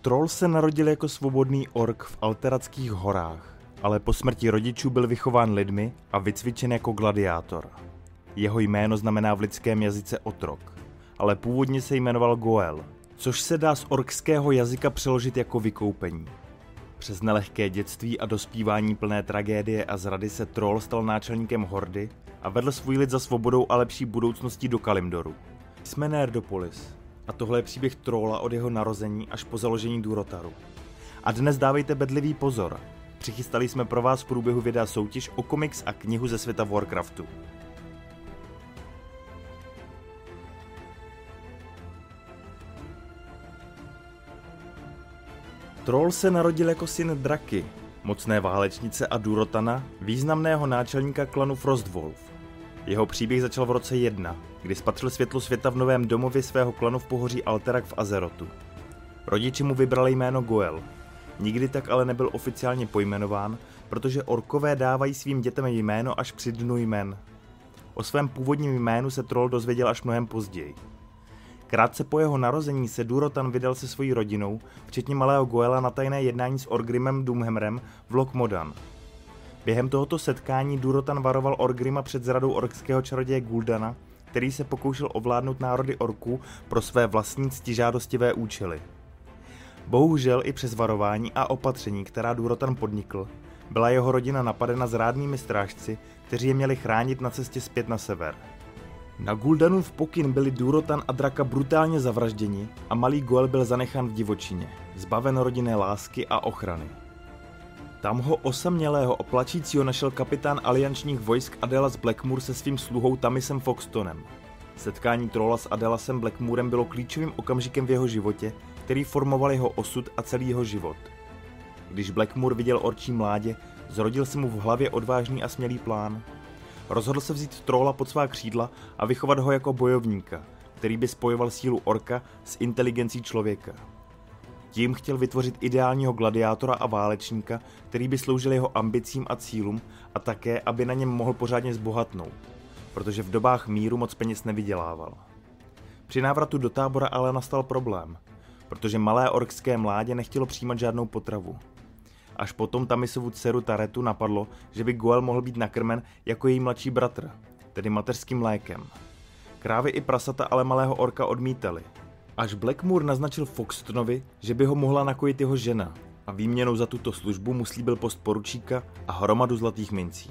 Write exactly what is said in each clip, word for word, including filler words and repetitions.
Troll se narodil jako svobodný ork v Alteradských horách, ale po smrti rodičů byl vychován lidmi a vycvičen jako gladiátor. Jeho jméno znamená v lidském jazyce otrok, ale původně se jmenoval Goel, což se dá z orkského jazyka přeložit jako vykoupení. Přes nelehké dětství a dospívání plné tragédie a zrady se Troll stal náčelníkem hordy a vedl svůj lid za svobodou a lepší budoucností do Kalimdoru. Jsme Nerdopolis a tohle je příběh Trolla od jeho narození až po založení Durotaru. A dnes dávejte bedlivý pozor. Přichystali jsme pro vás v průběhu videa soutěž o komiks a knihu ze světa Warcraftu. Troll se narodil jako syn Draky, mocné válečnice a Durotana, významného náčelníka klanu Frostwolf. Jeho příběh začal v roce jedna, kdy spatřil světlo světa v novém domově svého klanu v pohoří Alterac v Azerotu. Rodiči mu vybrali jméno Goel. Nikdy tak ale nebyl oficiálně pojmenován, protože orkové dávají svým dětem jméno až při dnu jmen. O svém původním jménu se Troll dozvěděl až mnohem později. Krátce po jeho narození se Durotan vydal se svojí rodinou, včetně malého Goela, na tajné jednání s Orgrimmem Doomhammerem v Loch Modan. Během tohoto setkání Durotan varoval Orgrima před zradou orkského čaroděje Guldana, který se pokoušel ovládnout národy orků pro své vlastní ctižádostivé účely. Bohužel i přes varování a opatření, která Durotan podnikl, byla jeho rodina napadena zrádnými strážci, kteří je měli chránit na cestě zpět na sever. Na Guldanův pokyn byli Durotan a Draka brutálně zavražděni a malý Goel byl zanechán v divočině, zbaven rodinné lásky a ochrany. Tam ho osamělého a plačícího našel kapitán aliančních vojsk Adelas Blackmoor se svým sluhou Tamisem Foxtonem. Setkání Trolla s Adelasem Blackmoorem bylo klíčovým okamžikem v jeho životě, který formoval jeho osud a celý jeho život. Když Blackmoor viděl orčí mládě, zrodil se mu v hlavě odvážný a smělý plán. Rozhodl se vzít Trolla pod svá křídla a vychovat ho jako bojovníka, který by spojoval sílu orka s inteligencí člověka. Tím chtěl vytvořit ideálního gladiátora a válečníka, který by sloužil jeho ambicím a cílům a také, aby na něm mohl pořádně zbohatnout, protože v dobách míru moc peněz nevydělával. Při návratu do tábora ale nastal problém, protože malé orkské mládě nechtělo přijímat žádnou potravu. Až potom Tamisovu dceru Taretu napadlo, že by Goel mohl být nakrmen jako její mladší bratr, tedy mateřským mlékem. Krávy i prasata ale malého orka odmítali. Až Blackmoor naznačil Foxtonovi, že by ho mohla nakojit jeho žena a výměnou za tuto službu mu slíbil post poručíka a hromadu zlatých mincí.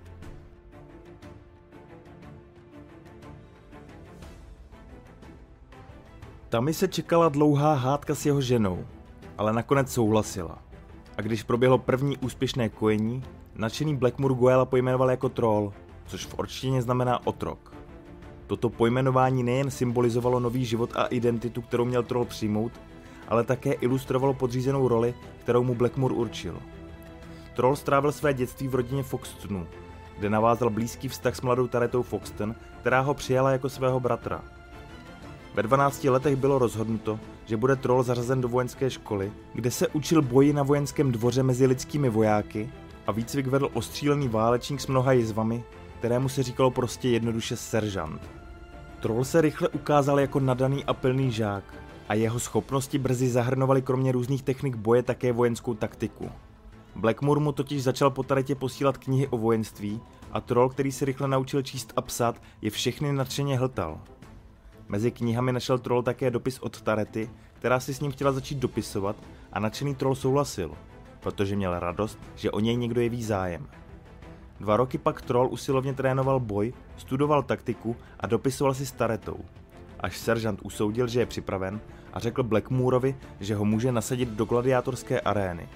Tamise čekala dlouhá hádka s jeho ženou, ale nakonec souhlasila. A když proběhlo první úspěšné kojení, nadšený Blackmoor Goela pojmenoval jako Troll, což v orčtině znamená otrok. Toto pojmenování nejen symbolizovalo nový život a identitu, kterou měl Troll přijmout, ale také ilustrovalo podřízenou roli, kterou mu Blackmoor určil. Troll strávil své dětství v rodině Foxtonů, kde navázal blízký vztah s mladou Taretou Foxton, která ho přijala jako svého bratra. Ve dvanácti letech bylo rozhodnuto, že bude Troll zařazen do vojenské školy, kde se učil boji na vojenském dvoře mezi lidskými vojáky a výcvik vedl ostřílený válečník s mnoha jizvami, kterému se říkalo prostě jednoduše seržant. Troll se rychle ukázal jako nadaný a pilný žák a jeho schopnosti brzy zahrnovaly kromě různých technik boje také vojenskou taktiku. Blackmoor mu totiž začal po Taretě posílat knihy o vojenství a Troll, který se rychle naučil číst a psát, je všechny nadšeně hltal. Mezi knihami našel Troll také dopis od Tarety, která si s ním chtěla začít dopisovat a nadšený Troll souhlasil, protože měl radost, že o něj někdo jeví zájem. Dva roky pak Troll usilovně trénoval boj, studoval taktiku a dopisoval si s Taretou, až seržant usoudil, že je připraven a řekl Blackmoorovi, že ho může nasadit do gladiátorské arény.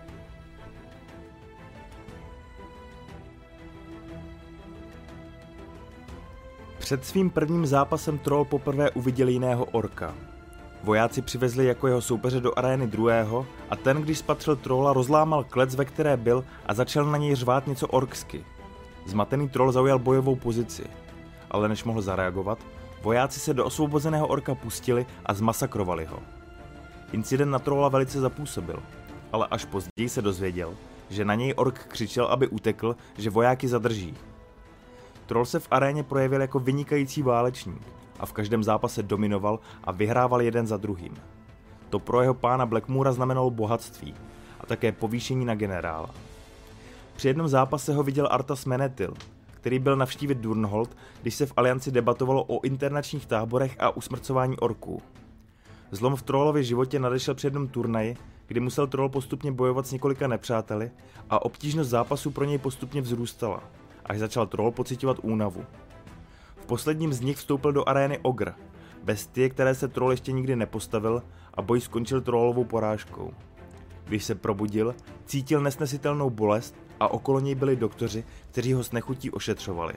Před svým prvním zápasem Troll poprvé uviděl jiného orka. Vojáci přivezli jako jeho soupeře do arény druhého a ten, když spatřil Trolla, rozlámal klec, ve které byl a začal na něj řvát něco orksky. Zmatený Troll zaujal bojovou pozici, ale než mohl zareagovat, vojáci se do osvobozeného orka pustili a zmasakrovali ho. Incident na Trolla velice zapůsobil, ale až později se dozvěděl, že na něj ork křičel, aby utekl, že vojáky zadrží. Troll se v aréně projevil jako vynikající válečník a v každém zápase dominoval a vyhrával jeden za druhým. To pro jeho pána Blackmoora znamenalo bohatství a také povýšení na generála. Při jednom zápase ho viděl Arthas Menethil, který byl navštívit Durnhold, když se v Alianci debatovalo o internačních táborech a usmrcování orků. Zlom v Trollově životě nadešel při jednom turnaji, kdy musel Troll postupně bojovat s několika nepřáteli a obtížnost zápasu pro něj postupně vzrůstala, až začal Troll pociťovat únavu. V posledním z nich vstoupil do arény Ogr, bestie, které se Troll ještě nikdy nepostavil, a boj skončil Trollovou porážkou. Když se probudil, cítil nesnesitelnou bolest a okolo něj byli doktoři, kteří ho s nechutí ošetřovali.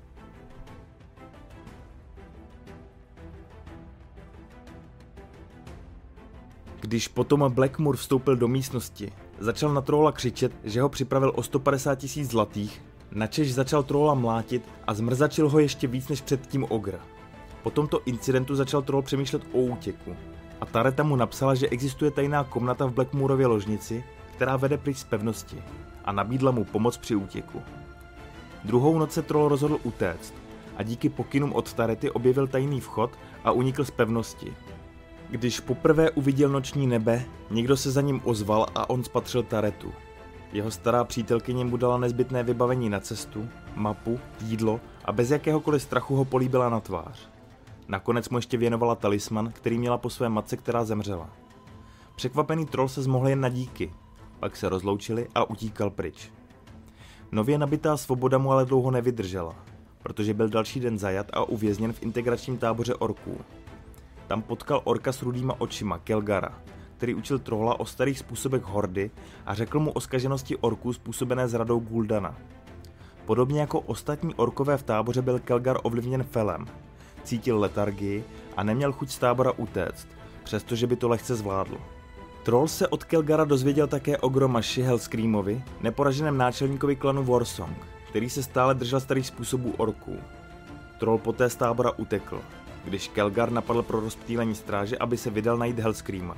Když potom Blackmoor vstoupil do místnosti, začal na Trolla křičet, že ho připravil o sto padesát tisíc zlatých, načež začal Trolla mlátit a zmrzačil ho ještě víc než předtím Ogr. Po tomto incidentu začal Troll přemýšlet o útěku a Tareta mu napsala, že existuje tajná komnata v Blackmoorově ložnici, která vede pryč z pevnosti, a nabídla mu pomoc při útěku. Druhou noc se Troll rozhodl utéct a díky pokynům od Tarety objevil tajný vchod a unikl z pevnosti. Když poprvé uviděl noční nebe, někdo se za ním ozval a on spatřil Taretu. Jeho stará přítelkyně mu dala nezbytné vybavení na cestu, mapu, jídlo a bez jakéhokoliv strachu ho políbila na tvář. Nakonec mu ještě věnovala talisman, který měla po své matce, která zemřela. Překvapený Troll se zmohl jen na díky, pak se rozloučili a utíkal pryč. Nově nabitá svoboda mu ale dlouho nevydržela, protože byl další den zajat a uvězněn v integračním táboře orků. Tam potkal orka s rudýma očima, Kelgara, který učil Trolla o starých způsobech hordy a řekl mu o zkaženosti orků způsobené zradou Guldana. Podobně jako ostatní orkové v táboře byl Kelgar ovlivněn Felem, cítil letargii a neměl chuť z tábora utéct, přestože by to lehce zvládl. Troll se od Kelgara dozvěděl také o Gromaši Hellscreamovi, neporaženém náčelníkovi klanu Warsong, který se stále držel starých způsobů orků. Troll poté z tábora utekl, když Kelgar napadl pro rozptýlení stráže, aby se vydal najít Hellscreama.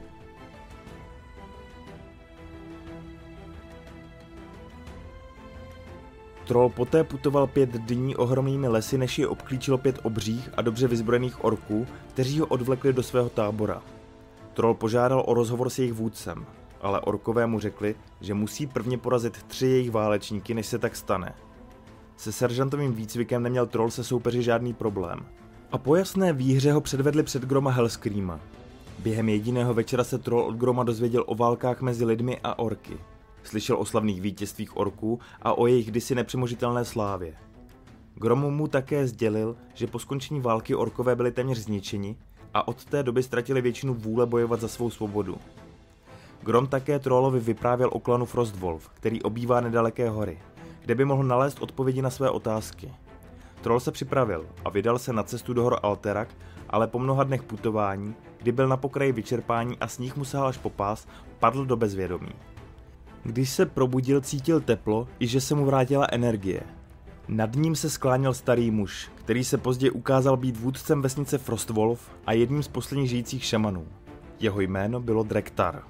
Troll poté putoval pět dní ohromnými lesy, než je obklíčilo pět obřích a dobře vyzbrojených orků, kteří ho odvlekli do svého tábora. Troll požádal o rozhovor s jejich vůdcem, ale orkové mu řekli, že musí prvně porazit tři jejich válečníky, než se tak stane. Se seržantovým výcvikem neměl Troll se soupeři žádný problém. A po jasné výhře ho předvedli před Groma Hellscreama. Během jediného večera se Troll od Groma dozvěděl o válkách mezi lidmi a orky. Slyšel o slavných vítězstvích orků a o jejich kdysi nepřemožitelné slávě. Grom mu také sdělil, že po skončení války orkové byli téměř zničeni a od té doby ztratili většinu vůle bojovat za svou svobodu. Grom také Trollovi vyprávěl o klanu Frostwolf, který obývá nedaleké hory, kde by mohl nalézt odpovědi na své otázky. Troll se připravil a vydal se na cestu do hor Alterac, ale po mnoha dnech putování, kdy byl na pokraji vyčerpání a sníh mu sahal až po pás, padl do bezvědomí. Když se probudil, cítil teplo i že se mu vrátila energie. Nad ním se skláněl starý muž, který se později ukázal být vůdcem vesnice Frostwolf a jedním z posledních žijících šamanů. Jeho jméno bylo Drektar.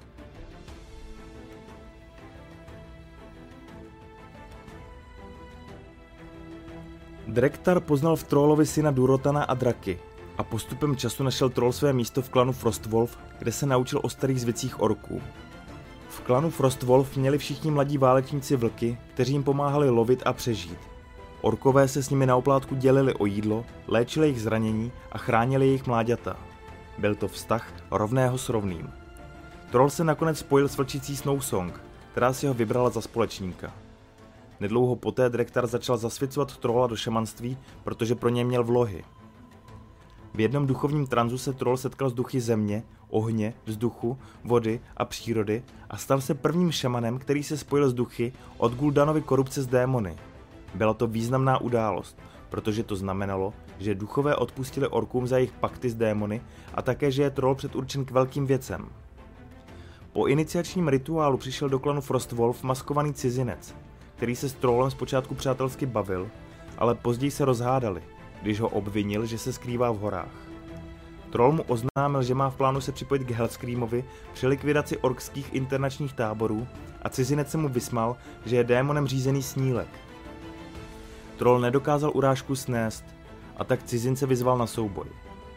Drektar poznal v Trollovi syna Durotana a Draky a postupem času našel Troll své místo v klanu Frostwolf, kde se naučil o starých zvicích orků. V klanu Frostwolf měli všichni mladí válečníci vlky, kteří jim pomáhali lovit a přežít. Orkové se s nimi na oplátku dělili o jídlo, léčili jejich zranění a chránili jejich mláďata. Byl to vztah rovného s rovným. Troll se nakonec spojil s vlčicí Snowsong, která si ho vybrala za společníka. Nedlouho poté Drektar začal zasvěcovat Trolla do šamanství, protože pro ně měl vlohy. V jednom duchovním tranzu se Troll setkal s duchy země, ohně, vzduchu, vody a přírody a stal se prvním šamanem, který se spojil s duchy od Guldanovy korupce s démony. Byla to významná událost, protože to znamenalo, že duchové odpustili orkům za jejich pakty s démony a také, že je Troll předurčen k velkým věcem. Po iniciačním rituálu přišel do klanu Frostwolf maskovaný cizinec, který se s Trollem zpočátku přátelsky bavil, ale později se rozhádali, když ho obvinil, že se skrývá v horách. Troll mu oznámil, že má v plánu se připojit k Hellscreamovi při likvidaci orkských internačních táborů a cizinec se mu vysmál, že je démonem řízený snílek. Troll nedokázal urážku snést a tak cizince vyzval na souboj.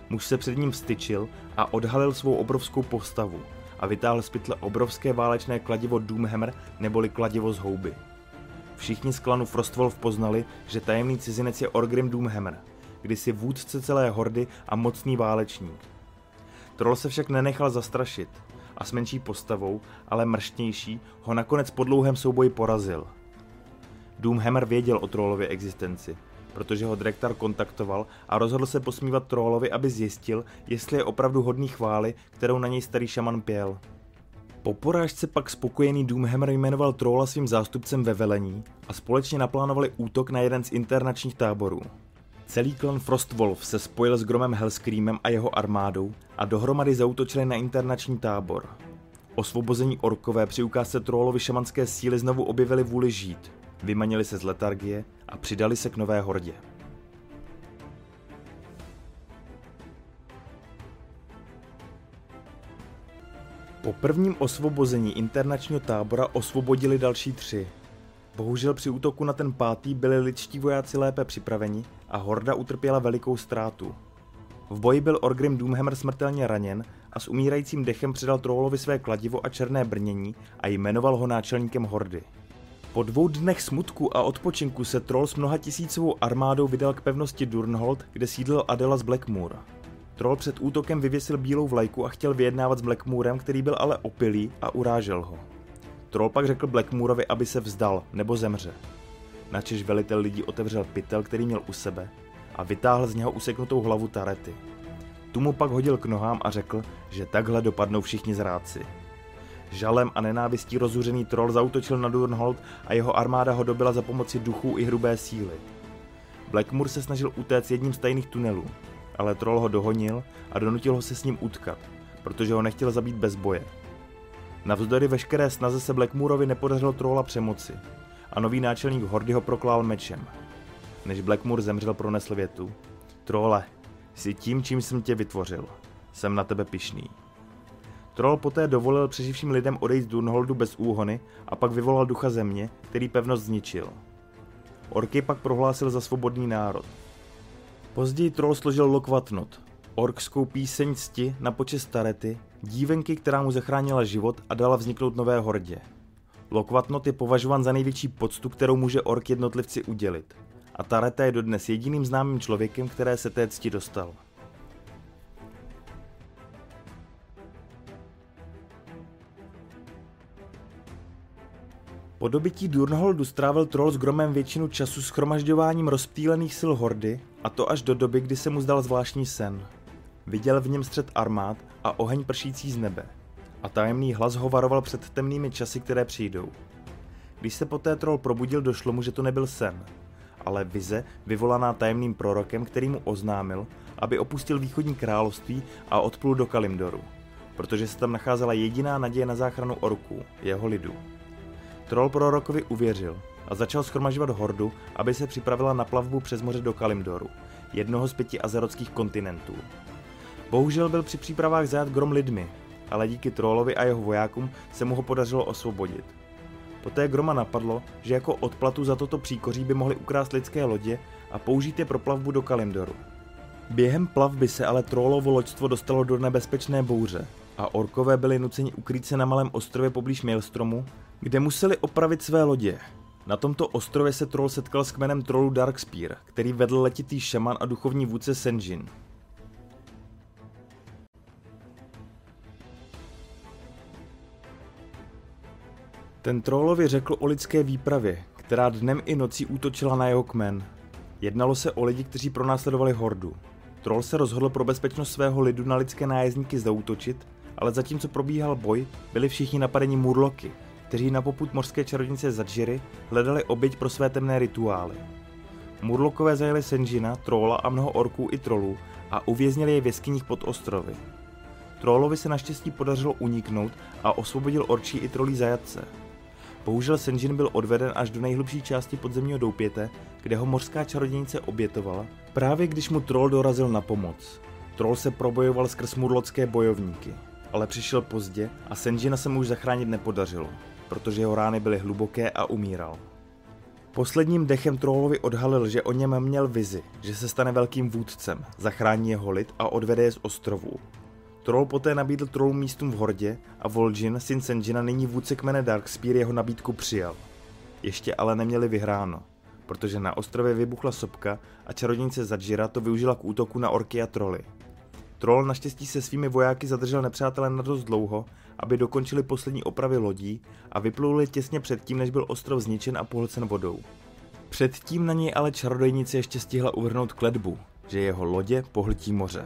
Muž se před ním vztyčil a odhalil svou obrovskou postavu a vytáhl z pytle obrovské válečné kladivo Doomhammer neboli kladivo z houby. Všichni z klanu Frostwolf poznali, že tajemný cizinec je Orgrim Doomhammer, kdysi vůdce celé hordy a mocný válečník. Troll se však nenechal zastrašit a s menší postavou, ale mrštnější, ho nakonec po dlouhém souboji porazil. Doomhammer věděl o Trollově existenci, protože ho Drektar kontaktoval a rozhodl se posmívat Trollovi, aby zjistil, jestli je opravdu hodný chvály, kterou na něj starý šaman pěl. Po porážce pak spokojený Doomhammer jmenoval Trolla svým zástupcem ve velení a společně naplánovali útok na jeden z internačních táborů. Celý klan Frostwolf se spojil s Gromem Hellscreamem a jeho armádou a dohromady zaútočili na internační tábor. Osvobození orkové při ukázce Trollovi šamanské síly znovu objevili vůli žít, vymanili se z letargie a přidali se k nové hordě. Po prvním osvobození internačního tábora osvobodili další tři. Bohužel při útoku na ten pátý byli lidští vojáci lépe připraveni a horda utrpěla velikou ztrátu. V boji byl Orgrim Doomhammer smrtelně raněn a s umírajícím dechem předal Trollovi své kladivo a černé brnění a jmenoval ho náčelníkem hordy. Po dvou dnech smutku a odpočinku se Troll s mnoha tisícovou armádou vydal k pevnosti Durnhold, kde sídlil Adela z Blackmoor. Troll před útokem vyvěsil bílou vlajku a chtěl vyjednávat s Blackmoorem, který byl ale opilý a urážel ho. Troll pak řekl Blackmoorovi, aby se vzdal nebo zemře. Načež velitel lidí otevřel pytel, který měl u sebe, a vytáhl z něho useknutou hlavu Tarety. Tu mu pak hodil k nohám a řekl, že takhle dopadnou všichni zrádci. Žalem a nenávistí rozzuřený Troll zaútočil na Durnhold a jeho armáda ho dobila za pomoci duchů i hrubé síly. Blackmoor se snažil utéct jedním z tajných tunelů, ale Troll ho dohonil a donutil ho se s ním utkat, protože ho nechtěl zabít bez boje. Navzdory veškeré snaze se Blackmoorovi nepodařilo Trolla přemoci a nový náčelník hordy ho proklál mečem. Než Blackmoor zemřel, pronesl větu: Trolle, jsi tím, čím jsem tě vytvořil. Jsem na tebe pyšný. Troll poté dovolil přeživším lidem odejít z Durnholdu bez úhony a pak vyvolal ducha země, který pevnost zničil. Orky pak prohlásil za svobodný národ. Později Troll složil Lokvatnot, orkskou píseň cti na počest Tarety, dívenky, která mu zachránila život a dala vzniknout nové hordě. Lokvatnot je považován za největší poctu, kterou může ork jednotlivci udělit. A Tareta je dodnes jediným známým člověkem, které se té cti dostal. Po dobytí Durnholdu strávil Troll s Gromem většinu času shromažďováním rozptýlených sil hordy, a to až do doby, kdy se mu zdal zvláštní sen. Viděl v něm střet armád a oheň pršící z nebe. A tajemný hlas ho varoval před temnými časy, které přijdou. Když se poté Troll probudil, došlo mu, že to nebyl sen, ale vize vyvolaná tajemným prorokem, který mu oznámil, aby opustil východní království a odplul do Kalimdoru, protože se tam nacházela jediná naděje na záchranu orků, jeho lidu. Troll prorokovi uvěřil a začal shromažďovat hordu, aby se připravila na plavbu přes moře do Kalimdoru, jednoho z pěti azerotských kontinentů. Bohužel byl při přípravách zajat Grom lidmi, ale díky Trollovi a jeho vojákům se mu ho podařilo osvobodit. Poté Groma napadlo, že jako odplatu za toto příkoří by mohli ukrást lidské lodě a použít je pro plavbu do Kalimdoru. Během plavby se ale Trollovo loďstvo dostalo do nebezpečné bouře a orkové byli nuceni ukrýt se na malém ostrově poblíž Maelstromu, kde museli opravit své lodě. Na tomto ostrově se Troll setkal s kmenem trollů Darkspear, který vedl letitý šaman a duchovní vůdce Sen'jin. Ten Trollovi řekl o lidské výpravě, která dnem i nocí útočila na jeho kmen. Jednalo se o lidi, kteří pronásledovali hordu. Troll se rozhodl pro bezpečnost svého lidu na lidské nájezdníky zaútočit, ale zatímco probíhal boj, byli všichni napadeni murloky, kteří na popud mořské čarodějnice Zadžiry hledali oběť pro své temné rituály. Murlokové zajeli Sen'jina, Trolla a mnoho orků i trollů a uvěznili je v jeskyních pod ostrovy. Trollovi se naštěstí podařilo uniknout a osvobodil orčí i trollí zajatce. Bohužel Sen'jin byl odveden až do nejhlubší části podzemního doupěte, kde ho mořská čarodějnice obětovala, právě když mu Troll dorazil na pomoc. Troll se probojoval skrz murlocké bojovníky, ale přišel pozdě a Sen'jina se mu už zachránit nepodařilo, protože jeho rány byly hluboké a umíral. Posledním dechem Trollovi odhalil, že o něm měl vizi, že se stane velkým vůdcem, zachrání jeho lid a odvede je z ostrovů. Troll poté nabídl trollům místům v hordě a Vol'jin, syn Sen'jina, nyní vůdce kmene Darkspear, jeho nabídku přijal. Ještě ale neměli vyhráno, protože na ostrově vybuchla sopka a čarodějnice Zadžira to využila k útoku na orky a troly. Troll naštěstí se svými vojáky zadržel nepřátele na dost dlouho, aby dokončili poslední opravy lodí a vypluli těsně předtím, než byl ostrov zničen a pohlcen vodou. Předtím na něj ale čarodějnice ještě stihla uvrhnout kletbu, že jeho lodě pohltí moře.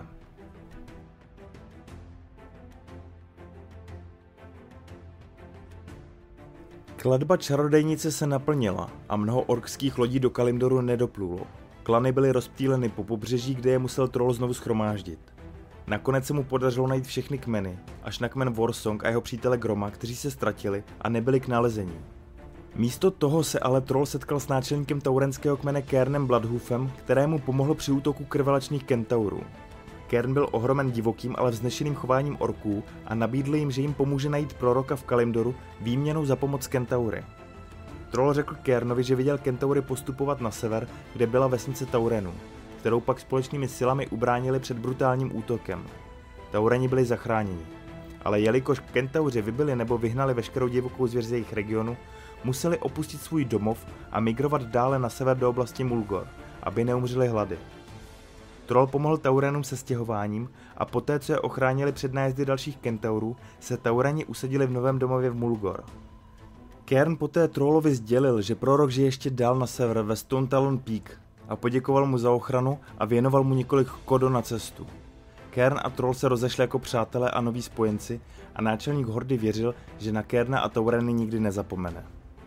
Kletba čarodějnice se naplnila a mnoho orkských lodí do Kalimdoru nedoplulo. Klany byly rozptýleny po pobřeží, kde je musel Troll znovu shromáždit. Nakonec se mu podařilo najít všechny kmeny, až na kmen Warsong a jeho přítele Groma, kteří se ztratili a nebyli k nalezení. Místo toho se ale Troll setkal s náčelníkem taurenského kmene Cairnem Bloodhoofem, kterému pomohl při útoku krvelačných kentaurů. Cairn byl ohromen divokým, ale vznešeným chováním orků a nabídl jim, že jim pomůže najít proroka v Kalimdoru výměnou za pomoc kentaury. Troll řekl Cairnovi, že viděl kentaury postupovat na sever, kde byla vesnice Taurenů, kterou pak společnými silami ubránili před brutálním útokem. Taureni byli zachráněni, ale jelikož kentauři vybili nebo vyhnali veškerou divokou zvěř z jejich regionu, museli opustit svůj domov a migrovat dále na sever do oblasti Mulgor, aby neumřeli hlady. Troll pomohl Taurenům se stěhováním a poté, co je ochránili před nájezdy dalších kentaurů, se Taureni usadili v novém domově v Mulgor. Cairn poté Trollovi sdělil, že prorok žije ještě dál na sever ve Stone Talon Peak a poděkoval mu za ochranu a věnoval mu několik kodo na cestu. Cairn a Troll se rozešli jako přátelé a noví spojenci a náčelník hordy věřil, že na Cairna a Taureny nikdy nezapomene.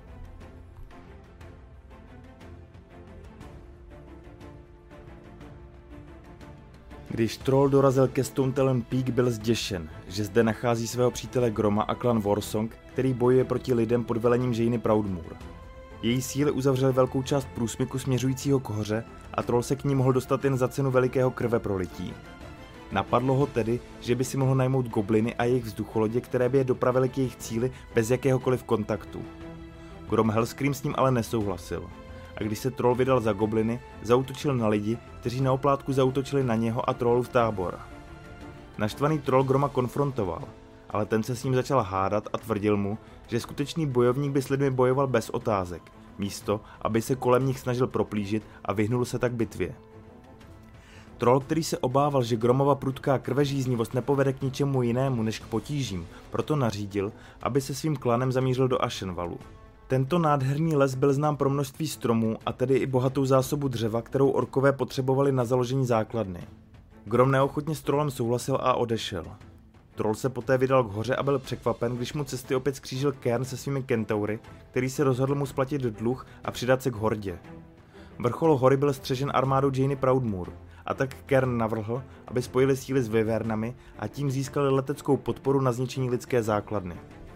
Když Troll dorazil ke Stone Talon Peak, byl zděšen, že zde nachází svého přítele Groma a klan Warsong, který bojuje proti lidem pod velením Jainy Proudmoore. Její síly uzavřely velkou část průsmyku směřujícího k hoře a Troll se k ní mohl dostat jen za cenu velikého krveprolití. Napadlo ho tedy, že by si mohl najmout gobliny a jejich vzducholodě, které by je dopravily k jejich cíli bez jakéhokoliv kontaktu. Grom Hellscream s ním ale nesouhlasil. A když se Troll vydal za gobliny, zaútočil na lidi, kteří na oplátku zaútočili na něho a Trollův tábor. Naštvaný Troll Groma konfrontoval, ale ten se s ním začal hádat a tvrdil mu, že skutečný bojovník by s lidmi bojoval bez otázek, místo, aby se kolem nich snažil proplížit a vyhnul se tak bitvě. Troll, který se obával, že Gromova prudká krvežíznivost nepovede k ničemu jinému než k potížím, proto nařídil, aby se svým klanem zamířil do Ashenvallu. Tento nádherný les byl znám pro množství stromů a tedy i bohatou zásobu dřeva, kterou orkové potřebovali na založení základny. Grom neochotně s Trollem souhlasil a odešel. Troll se poté vydal k hoře a byl překvapen, když mu cesty opět skřížil Cairn se svými kentaury, který se rozhodl mu splatit dluh a přidat se k hordě. Vrchol hory byl střežen armádou Jainy Proudmoore a tak Cairn navrhl, aby spojili síly s Wyvernami a tím získali leteckou podporu na zničení lidské základny.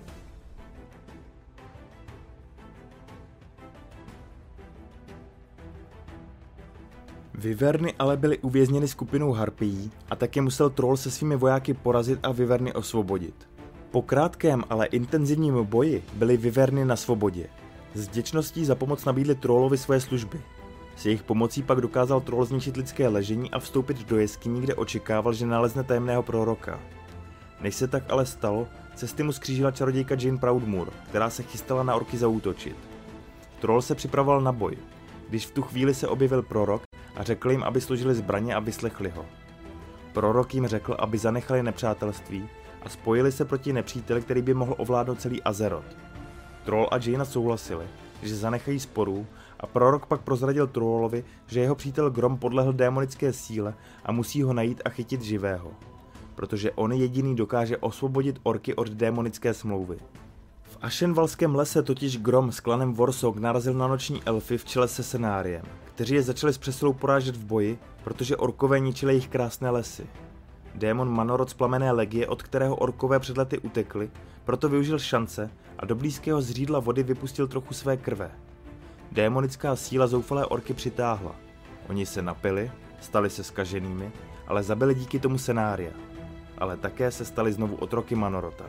Wyverny ale byly uvězněny skupinou harpií a tak je musel Troll se svými vojáky porazit a Wyverny osvobodit. Po krátkém, ale intenzivním boji byly Wyverny na svobodě. S vděčností za pomoc nabídli Trollovi svoje služby. S jejich pomocí pak dokázal Troll zničit lidské ležení a vstoupit do jeskyní, kde očekával, že nalezne tajemného proroka. Než se tak ale stalo, cesty mu skřížila čarodějka Jaina Proudmoore, která se chystala na orky zaútočit. Troll se připravoval na boj, když v tu chvíli se objevil prorok a řekl jim, aby složili zbraně a vyslechli ho. Prorok jim řekl, aby zanechali nepřátelství a spojili se proti nepříteli, který by mohl ovládnout celý Azeroth. Troll a Jaina souhlasili, že zanechají sporů a prorok pak prozradil Trollovi, že jeho přítel Grom podlehl démonické síle a musí ho najít a chytit živého, protože on jediný dokáže osvobodit orky od démonické smlouvy. V Ashenvalském lese totiž Grom s klanem Warsong narazil na noční elfy v čele se Cenáriem, kteří je začali s přesilou porážet v boji, protože orkové ničili jejich krásné lesy. Démon Manorod z plamenné legie, od kterého orkové před lety utekli, proto využil šance a do blízkého zřídla vody vypustil trochu své krve. Démonická síla zoufalé orky přitáhla. Oni se napili, stali se zkaženými, ale zabili díky tomu Cenária. Ale také se stali znovu otroky Manorota.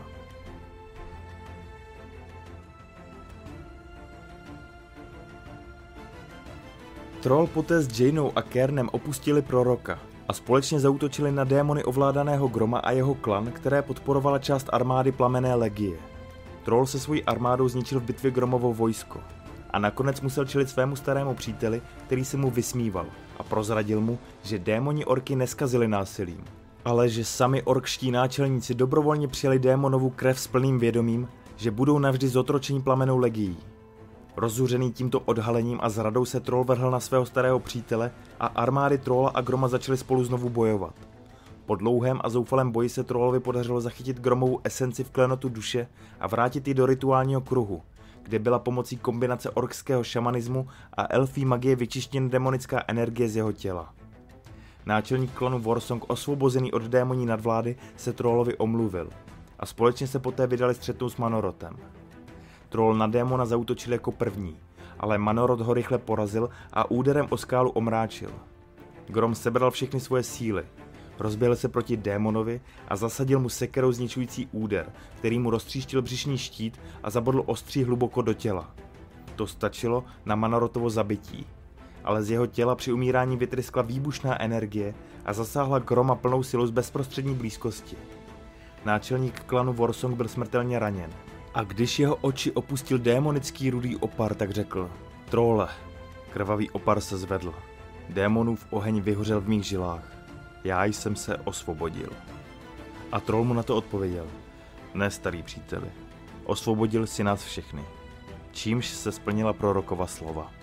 Troll poté s Janeou a Cairnem opustili proroka a společně zaútočili na démony ovládaného Groma a jeho klan, které podporovala část armády Plamenné legie. Troll se svojí armádou zničil v bitvě Gromovo vojsko a nakonec musel čelit svému starému příteli, který se mu vysmíval a prozradil mu, že démoni orky neskazili násilím, ale že sami orkští náčelníci dobrovolně přijali démonovu krev s plným vědomím, že budou navždy zotročeni Plamennou legií. Rozzuřený tímto odhalením a zradou se Troll vrhl na svého starého přítele a armády Trolla a Groma začaly spolu znovu bojovat. Po dlouhém a zoufalém boji se Trollovi podařilo zachytit Gromovu esenci v klenotu duše a vrátit ji do rituálního kruhu, kde byla pomocí kombinace orkského šamanismu a elfí magie vyčištěna demonická energie z jeho těla. Náčelník klanu Warsong, osvobozený od démoní nadvlády, se Trollovi omluvil a společně se poté vydali střetnout s Manorotem. Troll na démona zaútočil jako první, ale Manorot ho rychle porazil a úderem o skálu omráčil. Grom sebral všechny svoje síly, rozběhl se proti démonovi a zasadil mu sekerou zničující úder, který mu roztříštil břišní štít a zabodl ostří hluboko do těla. To stačilo na Manorotovo zabití, ale z jeho těla při umírání vytryskla výbušná energie a zasáhla Groma plnou silu z bezprostřední blízkosti. Náčelník klanu Warsong byl smrtelně raněn. A když jeho oči opustil démonický rudý opar, tak řekl: Trolle. Krvavý opar se zvedl. Démonův oheň vyhořel v mých žilách. Já jsem se osvobodil. A Troll mu na to odpověděl: Ne, starý příteli. Osvobodil si nás všechny. Čímž se splnila prorokova slova.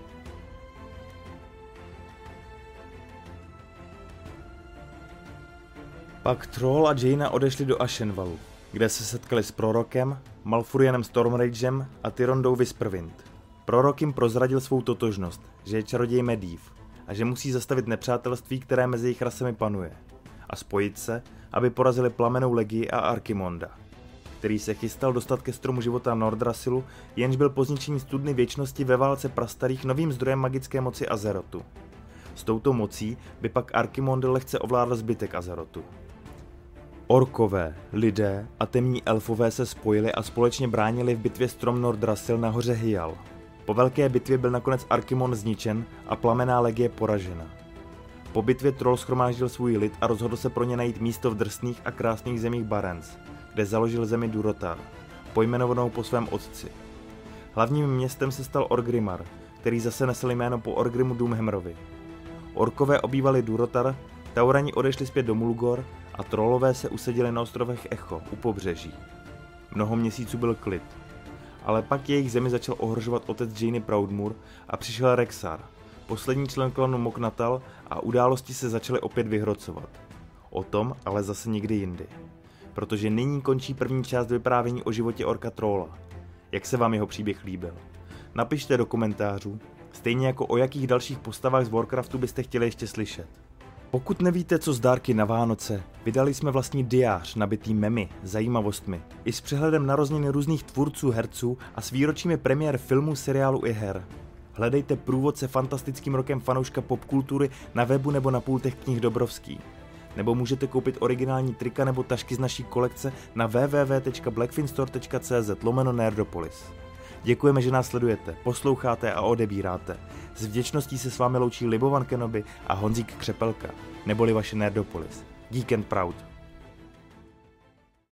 Pak Troll a Jaina odešli do Ashenvalu, kde se setkali s prorokem, Malfurionem Stormragem a Tyrondou Whisperwind. Prorok jim prozradil svou totožnost, že je čaroděj Medivh a že musí zastavit nepřátelství, které mezi jejich rasemi panuje, a spojit se, aby porazili Plamennou legii a Archimonda, který se chystal dostat ke stromu života Nordrasilu, jenž byl po zničení studny věčnosti ve válce prastarých novým zdrojem magické moci Azerotu. S touto mocí by pak Archimond lehce ovládl zbytek Azerotu. Orkové, lidé a temní elfové se spojili a společně bránili v bitvě strom Nordrasil na hoře Hyjal. Po velké bitvě byl nakonec Archimond zničen a Plamenná legie poražena. Po bitvě Troll shromáždil svůj lid a rozhodl se pro ně najít místo v drsných a krásných zemích Barents, kde založil zemi Durotar, pojmenovanou po svém otci. Hlavním městem se stal Orgrimmar, který zase nesl jméno po Orgrimu Doomhammerovi. Orkové obývali Durotar, Taurani odešli zpět do Mulgor a Trollové se usadili na ostrovech Echo u pobřeží. Mnoho měsíců byl klid, ale pak jejich zemi začal ohrožovat otec Jainy Proudmoore a přišel Rexxar, poslední člen klanu Mok'Natal, a události se začaly opět vyhrocovat. O tom ale zase někdy jindy, protože nyní končí první část vyprávění o životě orka Trolla. Jak se vám jeho příběh líbil? Napište do komentářů, stejně jako o jakých dalších postavách z Warcraftu byste chtěli ještě slyšet. Pokud nevíte, co z dárky na Vánoce, vydali jsme vlastní diář nabitý memy, zajímavostmi, i s přehledem narozenin různých tvůrců, herců a s výročími premiér filmů, seriálu i her. Hledejte průvodce fantastickým rokem fanouška popkultury na webu nebo na pultech knih Dobrovský. Nebo můžete koupit originální trika nebo tašky z naší kolekce na w w w tečka blackfinstore tečka c z lomeno nerdopolis. Děkujeme, že nás sledujete, posloucháte a odebíráte. S vděčností se s vámi loučí Libovan Kenobi a Honzík Křepelka, neboli vaše Nerdopolis. Geek and Proud.